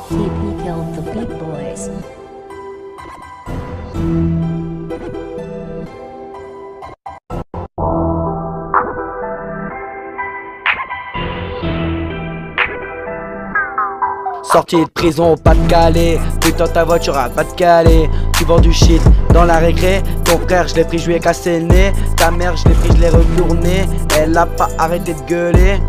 He killed the Beat Boys. Sorti de prison au Pas-de-Calais, putain ta voiture à Pas-de-Calais. Tu vends du shit dans la récré. Ton frère je l'ai pris, je lui ai cassé le nez. Ta mère je l'ai pris, je l'ai retourné. Elle a pas arrêté de gueuler.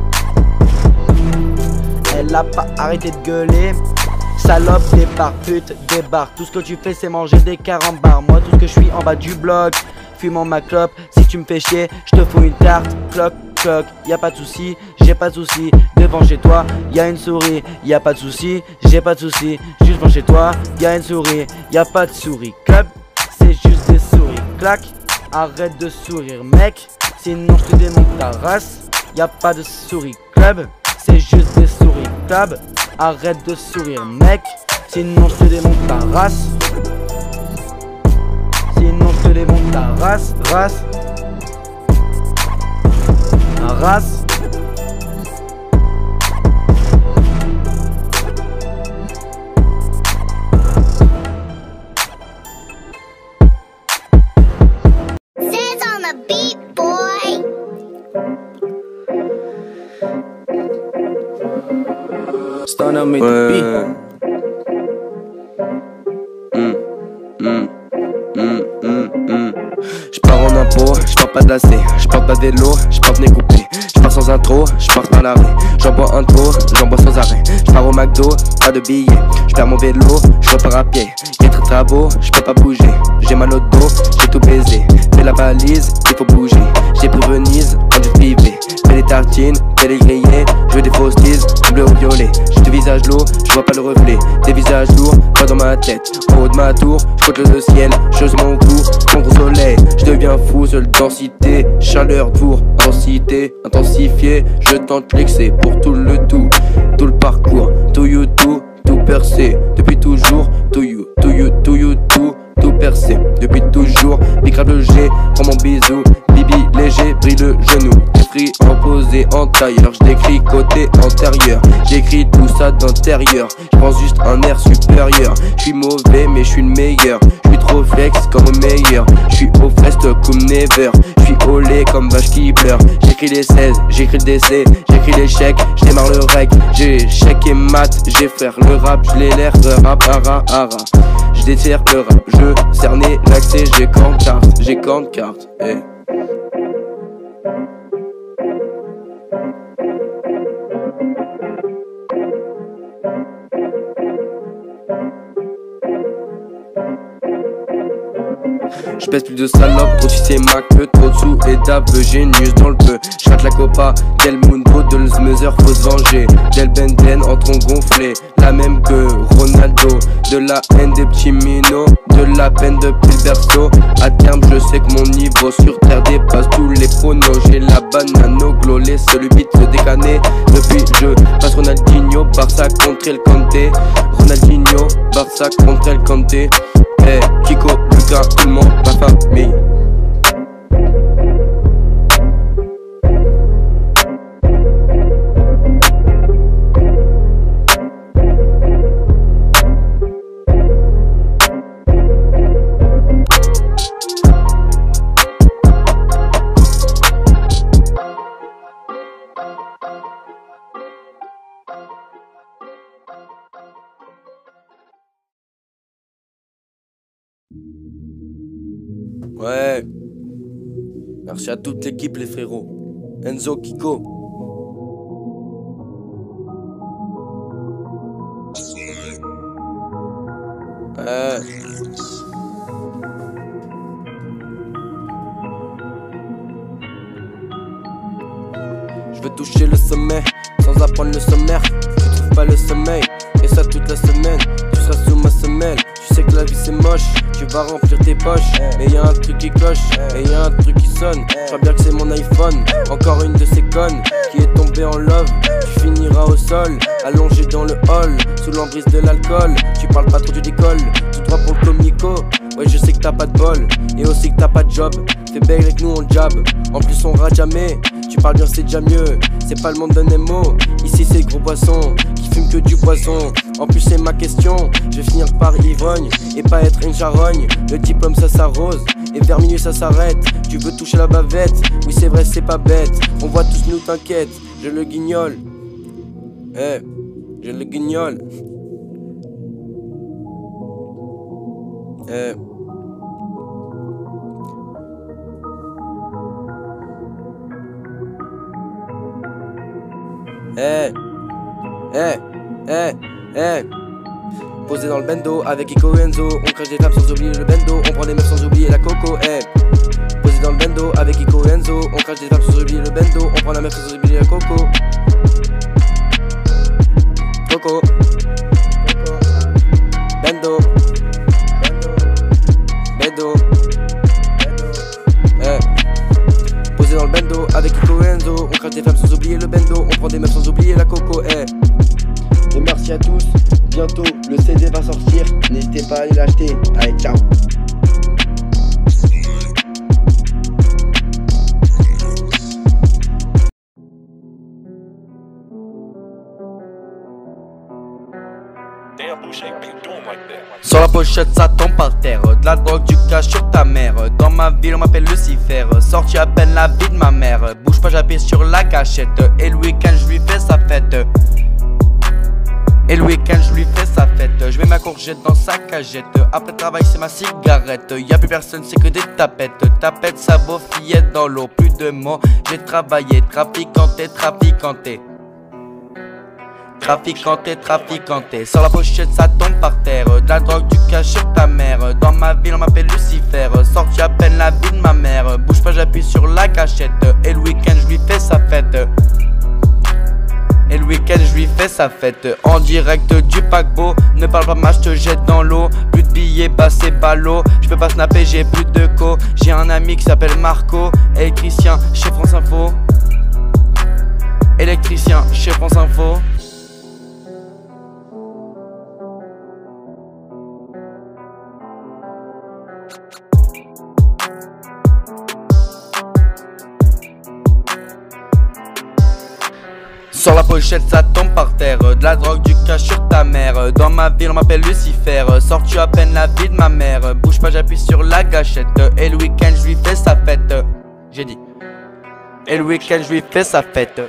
Elle a pas arrêté de gueuler. Salope, départ, pute, débarque. Tout ce que tu fais c'est manger des carambars. Moi tout ce que je suis en bas du bloc, fumant ma clope. Si tu me fais chier, je te fous une tarte. Cloc, cloc, y a pas de souci, j'ai pas de souci. Devant chez toi, y a une souris. Y a pas de souci, j'ai pas de souci. Juste devant chez toi, y a une souris. Y a pas de souris. Club, c'est juste des souris. Clac, arrête de sourire mec, sinon je te démonte ta race. Y a pas de souris. Club, c'est juste des souris. Club, arrête de sourire mec, sinon je te démonte ta race. Sinon je te démonte ta race. Race. Race. Says on the beat, boy. Stun on me the beat. J'pars en impôt, j'pars pas de lacet, j'pars pas de vélo, j'pars de nez coupé, j'pars sans intro, j'pars par l'arrêt, j'en bois un trop, j'en bois sans arrêt, j'pars au McDo, pas de billets, j'perds mon vélo, j'repars à pied, y'a très travaux, j'peux pas bouger, j'ai mal au dos, j'ai tout baisé, fais la valise, il faut bouger, j'ai pris Venise, en jet privé, fais les tartines, fais les grillés, je veux des fausses teas, bleu ou violet, j'ai du visage lourd, j'vois pas le reflet, des visages lourds, pas dans ma tête, en haut de ma tour, j'cote le ciel, chose mon cou, mon gros soleil, je deviens fou, seule densité, chaleur pour densité, intensifié, je tente l'excès pour tout le parcours, to you, tout percé, depuis toujours, to you, tout percé, depuis toujours, bicrave le G, prends mon bisou, bibi léger, brille le genou, esprit reposé en tailleur, je décris côté antérieur, j'écris tout ça d'intérieur, je pense juste un air supérieur, je suis mauvais mais je suis le meilleur, je suis trop flex comme au meilleur, je suis au frest comme never, je suis au lait comme vache qui pleure, j'écris les 16, j'écris le décès, j'écris les chèques, je démarre le rec, j'ai chèque et mat, j'ai frère le rap, je l'ai l'air de rap, je déterre le rap, je cerné l'accès, j'ai camp carte, hey. Je pèse plus de salope, trop tu sais ma queue, trop de sous et d'aveux, génius dans le peu. J'rate la copa, Del Mundo, de l'smother, faut se venger. Del Benden en tronc gonflé, la même que Ronaldo. De la haine des petits minots, de la peine depuis le berceau. À terme, je sais que mon niveau sur terre dépasse tous les pronos. J'ai la banane au glow, les seuls bits se décaner. Depuis je passe Ronaldinho, Barça contre El Kanté. Ronaldinho, Barça contre El Kanté. Hey, Kiko, Lucas, tout le monde, ma famille. Ouais, merci à toute l'équipe les frérots. Enzo, Kiko. Je veux toucher le sommet, sans apprendre le sommaire. Je trouve pas le sommeil, et ça toute la semaine. Tu seras sous ma semelle, tu sais que la vie c'est moche. Tu vas remplir tes poches, mais y'a un truc qui cloche, et y'a un truc qui sonne. Je crois bien que c'est mon iPhone, encore une de ces connes qui est tombée en love. Tu finiras au sol, allongé dans le hall, sous l'emprise de l'alcool. Tu parles pas trop, tu décolles, tout droit pour le comico. Ouais, je sais que t'as pas de bol, et aussi que t'as pas de job. Fais belle avec nous, on jab, en plus on rate jamais. Tu parles bien, c'est déjà mieux, c'est pas le monde d'un Nemo. Ici c'est gros poisson qui fume que du poison. En plus c'est ma question, je vais finir par ivrogne et pas être une charogne. Le diplôme ça s'arrose et vers minuit ça s'arrête. Tu veux toucher la bavette, oui c'est vrai c'est pas bête. On voit tous nous t'inquiète, je le guignole. Je le guignole. Posé dans le bendo avec Iko et Enzo. On crache des tables sans oublier le bendo. On prend des meufs sans oublier la coco. Posé dans le bendo avec Iko et Enzo. On crache des tables sans oublier le bendo. On prend la meuf sans oublier la coco. Coco. Bendo. Bendo. Posé dans le bendo avec Iko et Enzo. On crache des femmes sans oublier le bendo. On prend des meufs sans oublier la coco. Et merci à tous. Bientôt le CD va sortir. N'hésitez pas à aller l'acheter. Allez, ciao. Sur la pochette ça tombe par terre. De la drogue, du cash sur ta mère. Dans ma ville on m'appelle Lucifer. Sorti à peine la vie de ma mère. Bouge pas, j'appuie sur la cachette. Et le week-end je lui fais sa fête. Et le week-end je lui fais sa fête. Je mets ma courgette dans sa cagette. Après le travail c'est ma cigarette. Y'a plus personne, c'est que des tapettes. Tapette, sabot, fillette dans l'eau. Plus de mots, j'ai travaillé. Traficanté, traficanté. Traficanté, traficanté. Sur la pochette ça tombe par terre. De la drogue, du cash sur ta mère. Dans ma ville on m'appelle Lucifer. Sorti à peine la vie de ma mère. Bouge pas, j'appuie sur la cachette. Et le week-end je lui fais sa fête. Et le week-end je lui fais sa fête. En direct du paquebot. Ne parle pas mal, je te jette dans l'eau. Plus de billets, bah c'est ballot. Je peux pas snapper, j'ai plus de co. J'ai un ami qui s'appelle Marco. Électricien chez France Info. Électricien chez France Info. Sur la pochette ça tombe par terre. De la drogue, du cash sur ta mère. Dans ma ville on m'appelle Lucifer. Sorti à peine la vie de ma mère. Bouge pas, j'appuie sur la gâchette. Et le week-end je lui fais sa fête. J'ai dit. Et le week-end je lui fais sa fête.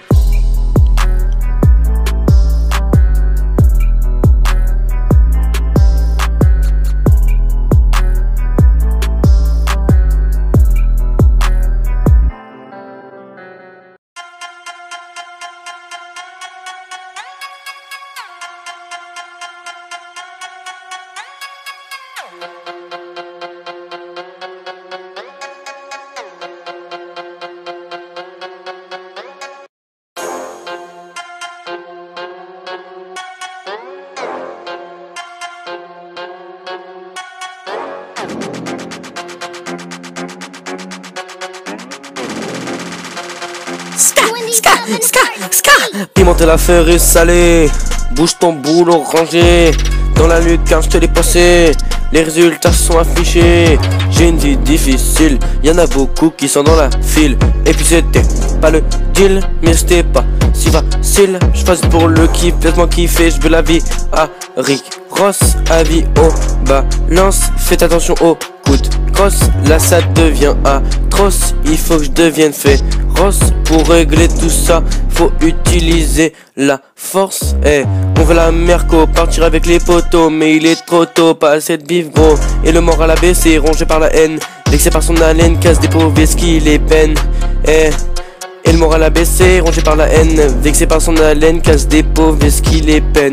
Pimenter l'affaire est salée. Bouge ton boulot rangé. Dans la lucarne je te l'ai passé. Les résultats sont affichés. J'ai une vie difficile. Y'en a beaucoup qui sont dans la file. Et puis c'était pas le deal, mais c'était pas si facile. Je passe pour le kiff, laisse-moi kiffer. Je veux la vie à Rick Ross. Avis au balance. Faites attention aux coups de crosse. Là ça devient atroce. Il faut que je devienne féroce. Pour régler tout ça faut utiliser la force. On veut la merco, partir avec les potos. Mais il est trop tôt, pas assez de bif gros. Et le moral abaissé, rongé par la haine. Vexé par son haleine, casse des pauvres qui les peine. Et le moral abaissé, rongé par la haine. Vexé par son haleine, casse des pauvres qui les peine.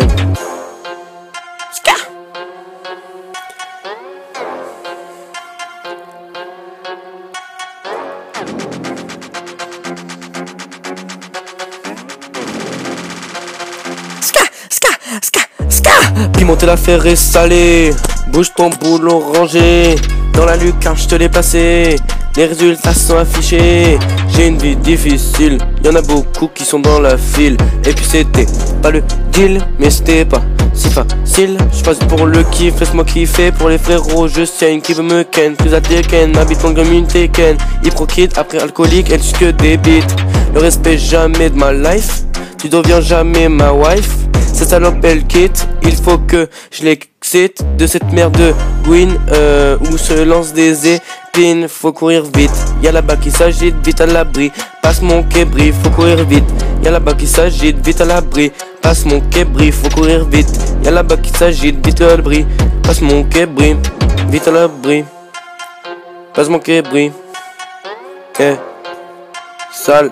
Pimenter l'affaire est salée. Bouge ton boulot rangé. Dans la lucarne je te l'ai placé. Les résultats sont affichés. J'ai une vie difficile. Y'en a beaucoup qui sont dans la file. Et puis c'était pas le deal, mais c'était pas si facile. Je passe pour le kiff, laisse-moi kiffer. Pour les frérots je saigne, qui veut me ken. Plus à Tekken, habitant comme une Tekken. Hyprokid, après alcoolique, elle tue que des beats. Le respect jamais de ma life. tu deviens jamais ma wife. Cette salope elle quitte, il faut que je l'excite de cette merde de win où se lance des épines. Faut courir vite, y'a là-bas qui s'agite, vite à l'abri. Passe mon kébri, faut courir vite. Y'a là-bas qui s'agite, vite à l'abri. Passe mon kébri, faut courir vite. Y'a là-bas qui s'agite, vite à l'abri. Passe mon kébri, vite à l'abri. Passe mon kébri. Eh, sale.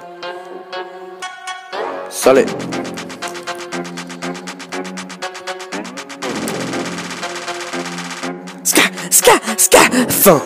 Salé. Ska, fin.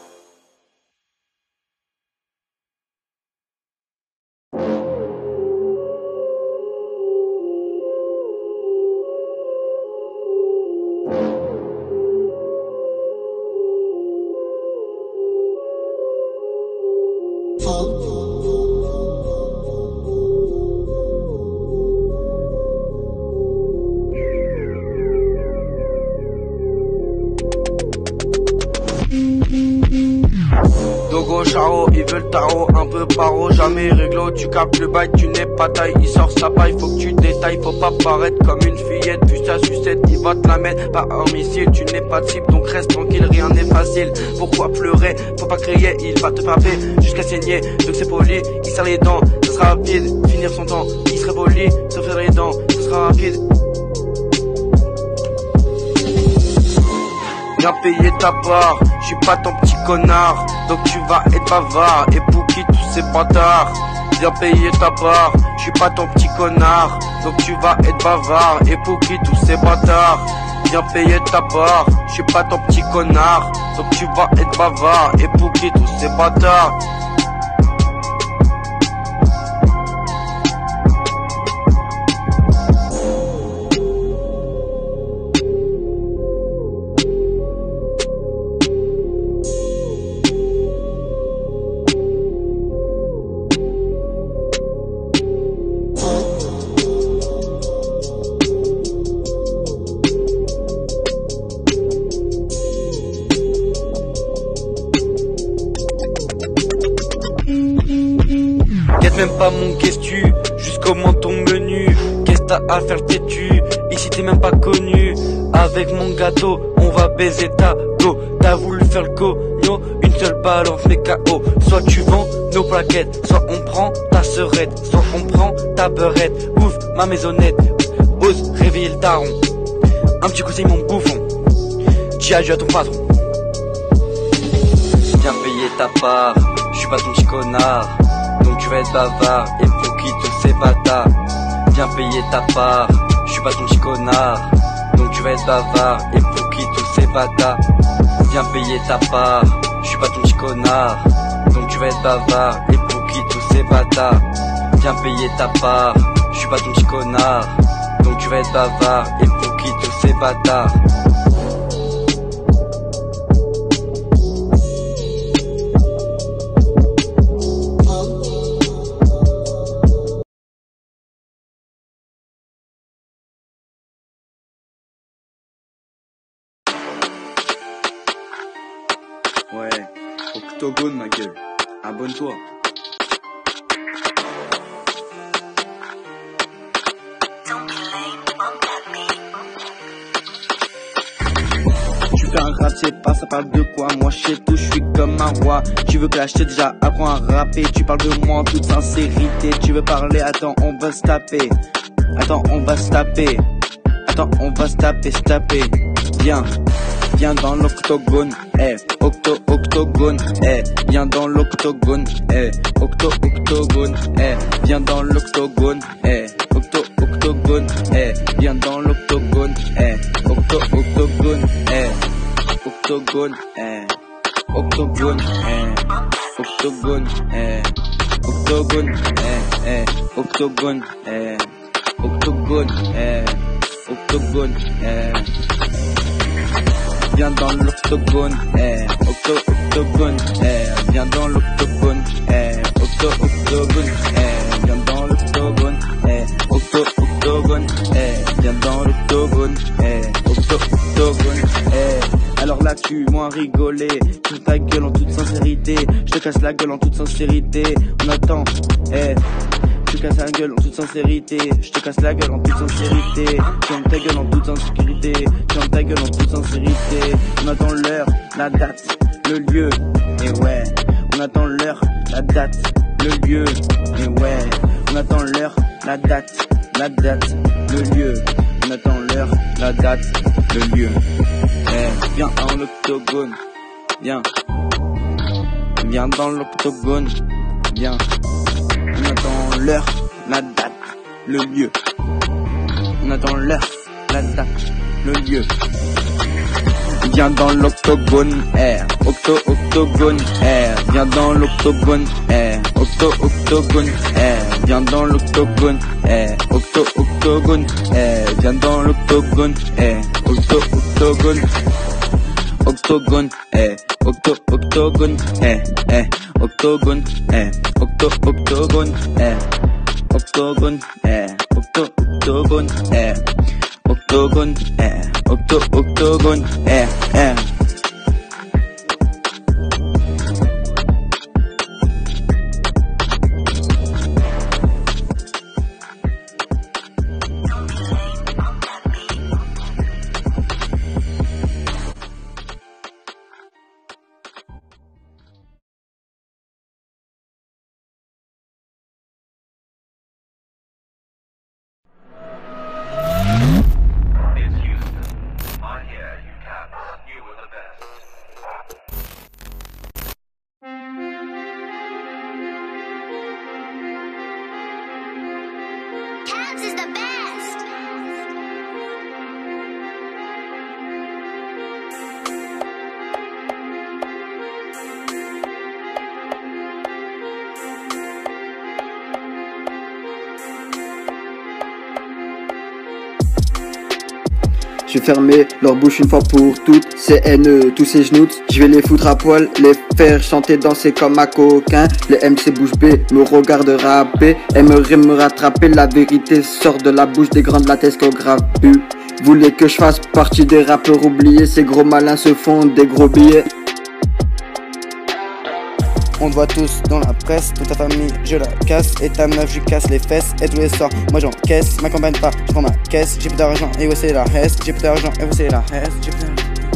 Dogo, Charo, il veut le tarot, un peu paro, jamais réglo, tu captes le bail, tu n'es pas taille, il sort sa paille, faut que tu détailles, faut pas paraître comme une fillette, puis ta sucette, il va te la mettre, pas un missile, tu n'es pas de cible, donc reste tranquille, rien n'est facile, pourquoi pleurer, faut pas crier, il va te frapper, jusqu'à saigner, donc c'est poli, il serre les dents, ce sera rapide, finir son temps, il serait poli, se faire les dents, ce sera rapide. Viens payer ta part, je suis pas ton petit connard, donc tu vas être bavard, et pour qui tous ces bâtards. Viens payer ta part, je suis pas ton petit connard, donc tu vas être bavard, et pour qui tous ces bâtards. Viens payer ta part, je suis pas ton petit connard, donc tu vas être bavard, et pour qui tous ces bâtards. Même pas mon qu'est-ce-tu, jusqu'au menton menu. Qu'est-ce t'as à faire têtu, ici t'es même pas connu. Avec mon gâteau, on va baiser ta go. T'as voulu faire le cogno, une seule balance mais KO. Soit tu vends nos plaquettes, soit on prend ta serette, soit on prend ta beurette. Ouf, ma maisonnette, ose réveiller le daron. Un petit conseil mon bouffon, dis adieu à ton patron. Viens payer ta part, je suis pas ton petit connard, donc tu vas être bavard, et pour qui tous ces bâtards. Viens payer ta part, je suis pas ton petit connard, donc tu vas être bavard, et pour qui tous ces bâtards. Viens payer ta part, je suis pas ton petit connard, donc tu vas être bavard, et pour qui tous ces bâtards. Viens payer ta part, je suis pas ton petit connard, donc tu vas être bavard, et pour qui tous ces bâtards. Ouais, Octogone ma gueule, abonne-toi. Tu fais un rap, c'est pas, ça parle de quoi? Moi je sais tout, je suis comme un roi. Tu veux que l'acheter déjà, apprends à rapper. Tu parles de moi en toute sincérité. Tu veux parler, attends, on va se taper. Attends, on va se taper. Attends, on va se taper. Viens. Viens dans l'octogone, octogone, viens dans l'octogone, octogone, viens dans l'octogone, octogone, viens dans l'octogone, octogone, octogone, octogone, octogone, octogone, octogone, octogone, octogone, viens dans l'octogone, octogone, viens dans l'octogone, octogone, viens dans l'octogone, octogone, viens dans l'octogone, octogone. Alors là tu m'as rigolé, tu ta gueule en toute sincérité, je te casse la gueule en toute sincérité. On attend, te casse la gueule en toute sincérité. Je te casse la gueule en toute sincérité. Ferme ta gueule en toute insécurité. Ferme ta gueule en toute sincérité. On attend l'heure, la date, le lieu. Et ouais, on attend l'heure, la date, le lieu. Et ouais, on attend l'heure, la date, le lieu. On attend l'heure, la date, le lieu. Viens en octogone, viens. Viens dans l'octogone, viens. On attend l'heure, la date, le lieu. On attend l'heure, la date, le lieu. Viens dans l'octogone, octogone, viens dans l'octogone, octogone, viens dans l'octogone, octogone, viens dans l'octogone, octogone, octogone, octogone, octogone, octogone, octogone, octogone, octogone, Cabs is the best. Je vais fermer leur bouche une fois pour toutes, ces haineux, tous ces genoux. Je vais les foutre à poil, les faire chanter, danser comme un coquin. Les MC bouche bée me regardent rapper, aimeraient me rattraper. La vérité sort de la bouche des grandes latescographes. Voulez que je fasse partie des rappeurs oubliés, ces gros malins se font des gros billets. On te voit tous dans la presse, toute ta famille je la casse. Et ta meuf je lui casse les fesses. Et tous les soirs moi j'encaisse, m'accompagne pas, je prends ma caisse. J'ai plus d'argent et ouais c'est la hesse. J'ai plus d'argent et ouais c'est la hesse. J'ai plus d'argent.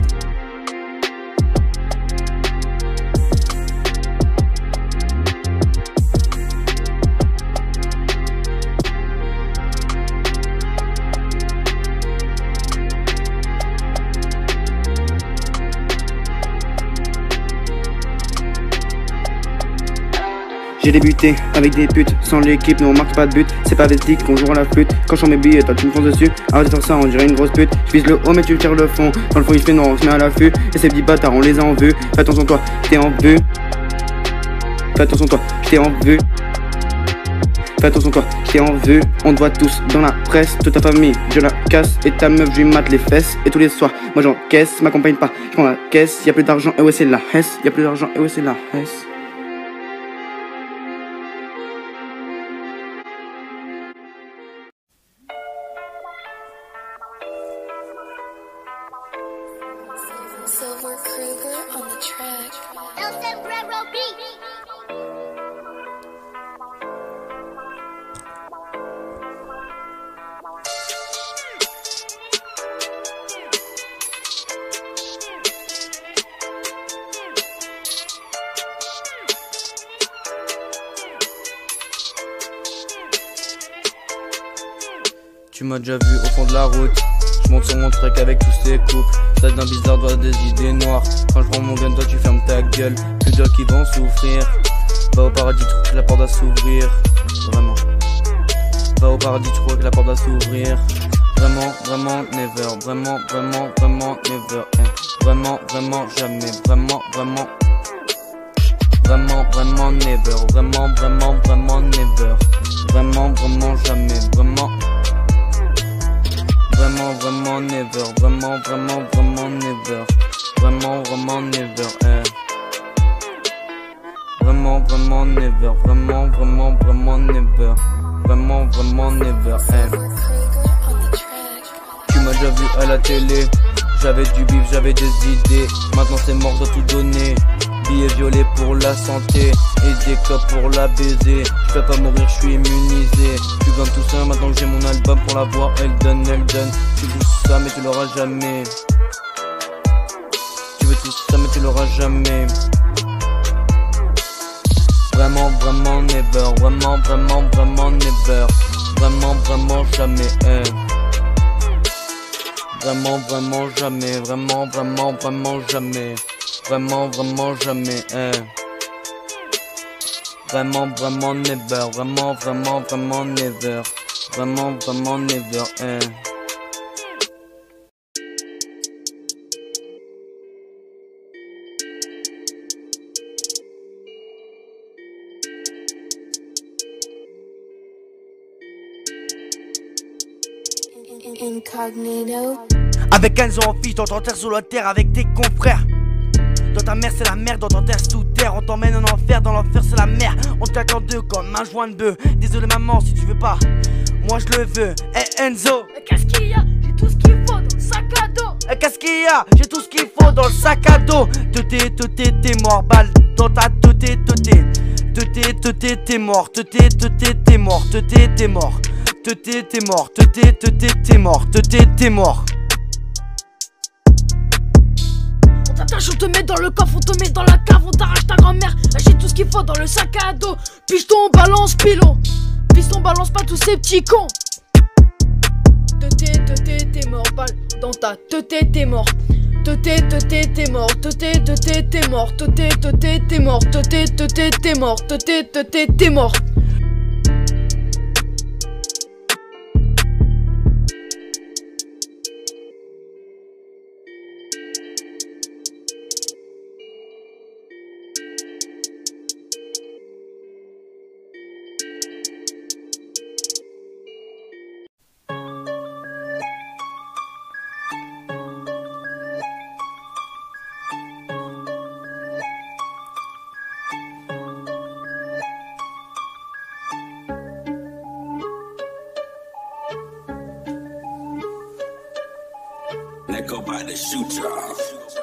J'ai débuté avec des putes, sans l'équipe, nous on marque pas de but. C'est pas vestique qu'on joue à la flûte. Quand je sors mes billets, toi tu me fonces dessus. Arrête de faire ça, on dirait une grosse pute. Je vise le haut mais tu me tires le fond. Dans le fond il fait noir, on se met à l'affût. Et ces petits bâtards on les a en vue. Fais attention toi, t'es en vue. Fais attention toi, t'es en vue. Fais attention toi, t'es en vue. On te voit tous dans la presse. Toute ta famille, je la casse. Et ta meuf, je lui mate les fesses. Et tous les soirs, moi j'encaisse, m'accompagne pas, je prends la caisse. Y'a plus d'argent, et ouais c'est la hesse. Y'a plus d'argent, et ouais c'est la hesse. Silver Kruger on the track. El Sombrero Beat. Tu m'as déjà vu au fond de la route. Je monte sur mon truck avec tous ces couples. Ça devient bizarre, doit des idées noires. Quand je prends mon gun, toi tu fermes ta gueule. Plus de qui vont souffrir. Va au paradis, tu crois que la porte va s'ouvrir. Vraiment. Va au paradis, tu crois que la porte va s'ouvrir. Vraiment, vraiment, never. Vraiment, vraiment, vraiment, never. Vraiment, vraiment, jamais. Vraiment, vraiment. Vraiment, vraiment, never. Vraiment, vraiment, vraiment, never. Vraiment, vraiment, jamais. Vraiment. Vraiment, vraiment, never. Vraiment, vraiment, vraiment, never. Vraiment, vraiment, never. Vraiment, vraiment, never. Vraiment, vraiment, vraiment, never. Vraiment, vraiment, never. Tu m'as déjà vu à la télé. J'avais du bif, j'avais des idées. Maintenant c'est mort, dois tout donner. Billets violets pour la santé et des clopes pour la baiser. Je peux pas mourir, je suis immunisé. Tu gagnes tout ça maintenant que j'ai mon album pour la voir. Elle donne. Tu veux ça mais tu l'auras jamais. Tu veux tout ça mais tu l'auras jamais. Vraiment never. Vraiment never. Vraiment jamais. Vraiment jamais. Vraiment jamais. Vraiment jamais. Vraiment never. Vraiment never. Vraiment never. Incognito. Avec Enzo en fiche, dans ton terre sous la terre avec tes confrères. Dans ta mère c'est la merde, dans ton terre sous terre. On t'emmène en enfer, dans l'enfer c'est la mer. On te claque en deux comme un joint de bœuf. Désolé maman si tu veux pas, moi je le veux. Eh Enzo, qu'est-ce qu'il y a? J'ai tout ce qu'il faut dans le sac à dos. qu'est-ce qu'il y a? J'ai tout ce qu'il faut dans le sac à dos. T'es mort, balle dans ta t'es mort. T'es mort. On t'attache, on te met dans le coffre, on te met dans la cave, on t'arrache ta grand-mère. J'ai tout ce qu'il faut dans le sac à dos. Piston, balance, pilon. Piston, balance pas tous ces petits cons. T'es mort, balle dans ta t'es mort. T'es mort. T'es mort. Let go by the shoot y'all.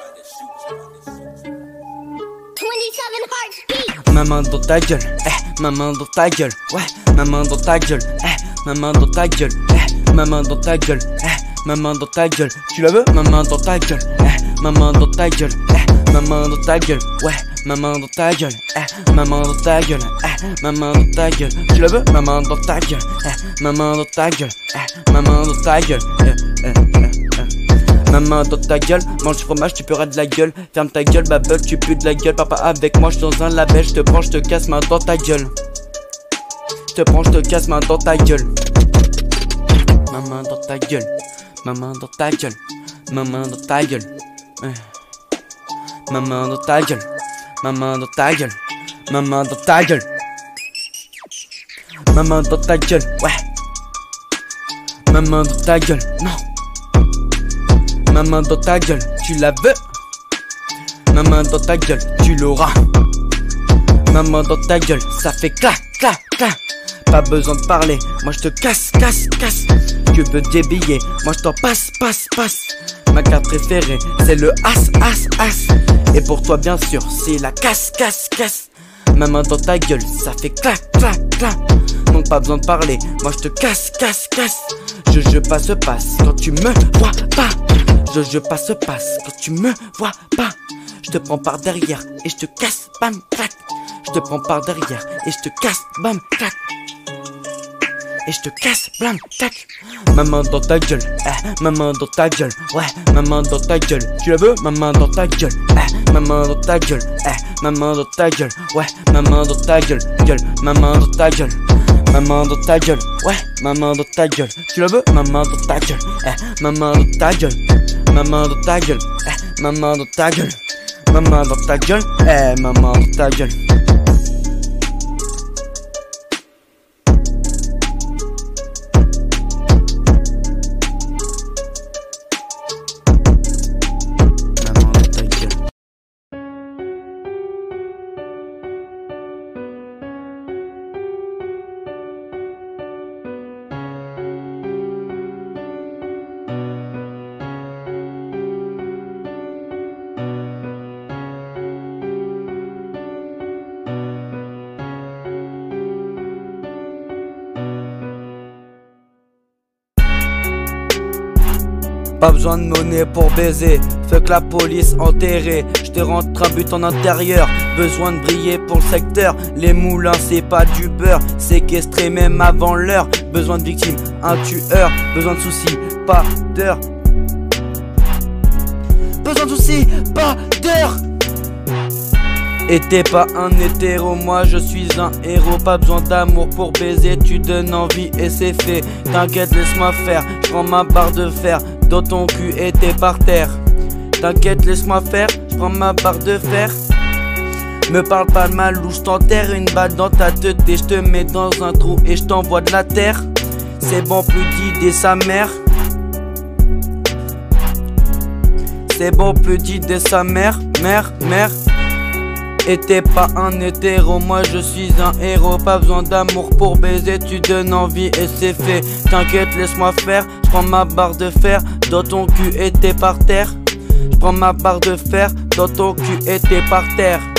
27 hearts beat. Ma main dans ta gueule, ma main dans ta gueule, ouais, ma main dans ta gueule, ma main dans ta gueule, ma main dans ta gueule, ma main dans ta gueule. Tu la veux? Ma main dans ta gueule, ma main dans ta gueule, ma main dans ta gueule, ouais, ma main dans ta gueule, ma main dans ta gueule, ma main dans ta gueule. Tu la veux? Ma main dans ta gueule, ma main dans ta gueule, ma main dans ta gueule. Ma main dans ta gueule, mange du fromage, tu peux de la gueule. Ferme ta gueule, babble, tu pues de la gueule. Papa avec moi, j'suis dans un label, j'te prends, j'te casse, main dans ta gueule. J'te prends, j'te casse, main dans ta gueule. Ma main dans ta gueule, ma main dans ta gueule, ma main dans ta gueule. Ma main dans ta gueule, ma main dans ta gueule, ma main dans ta gueule. Ma main dans ta gueule, ouais. Ma main dans ta gueule, non. Ma main dans ta gueule, tu la veux? Ma main dans ta gueule, tu l'auras. Ma main dans ta gueule, ça fait clac, clac, clac. Pas besoin de parler, moi je te casse. Tu veux des billets, moi je t'en passe. Ma carte préférée, c'est le as. Et pour toi bien sûr, c'est la casse. Ma main dans ta gueule, ça fait clac, clac, clac. Donc pas besoin de parler, moi je te casse. Je passe quand tu me vois pas. Je passe quand tu me vois pas. Je te prends par derrière et je te casse, bam, clac. Je te prends par derrière et je te casse, bam, clac. Et je te casse, blam, clac. Ma main dans ta gueule, ma main dans ta gueule, ouais, ma main dans ta gueule. Tu la veux? Ma main dans ta gueule, ma main dans ta gueule, ma main dans ta gueule, ouais, ma main dans ta gueule, ma main dans ta gueule. Ma main dans ta gueule, ouais, ma main dans ta gueule. Tu la veux? Ma main dans ta gueule, ma main dans ta gueule, ma main dans ta gueule, ma main dans ta gueule, ma main dans ta gueule, ma main dans ta gueule. Pas besoin de monnaie pour baiser, fuck la police enterrée. J'te rentre un but en intérieur, besoin de briller pour le secteur. Les moulins c'est pas du beurre, séquestré même avant l'heure. Besoin de victimes, un tueur, besoin de soucis, pas d'heure. Besoin de soucis, pas d'heure. Et t'es pas un hétéro, moi je suis un héros. Pas besoin d'amour pour baiser, tu donnes envie et c'est fait. T'inquiète, laisse-moi faire, j'prends ma barre de fer dans ton cul et t'es par terre. T'inquiète, laisse-moi faire, j'prends ma barre de fer. Me parle pas de mal ou j't'enterre une balle dans ta tête et j'te mets dans un trou et j't'envoie de la terre. C'est bon, plus d'idées sa mère. C'est bon, plus d'idées sa mère, mère. Et t'es pas un hétéro, moi je suis un héros. Pas besoin d'amour pour baiser, tu donnes envie et c'est fait. T'inquiète, laisse-moi faire, j'prends ma barre de fer dans ton cul et t'es par terre. J'prends ma barre de fer dans ton cul et t'es par terre.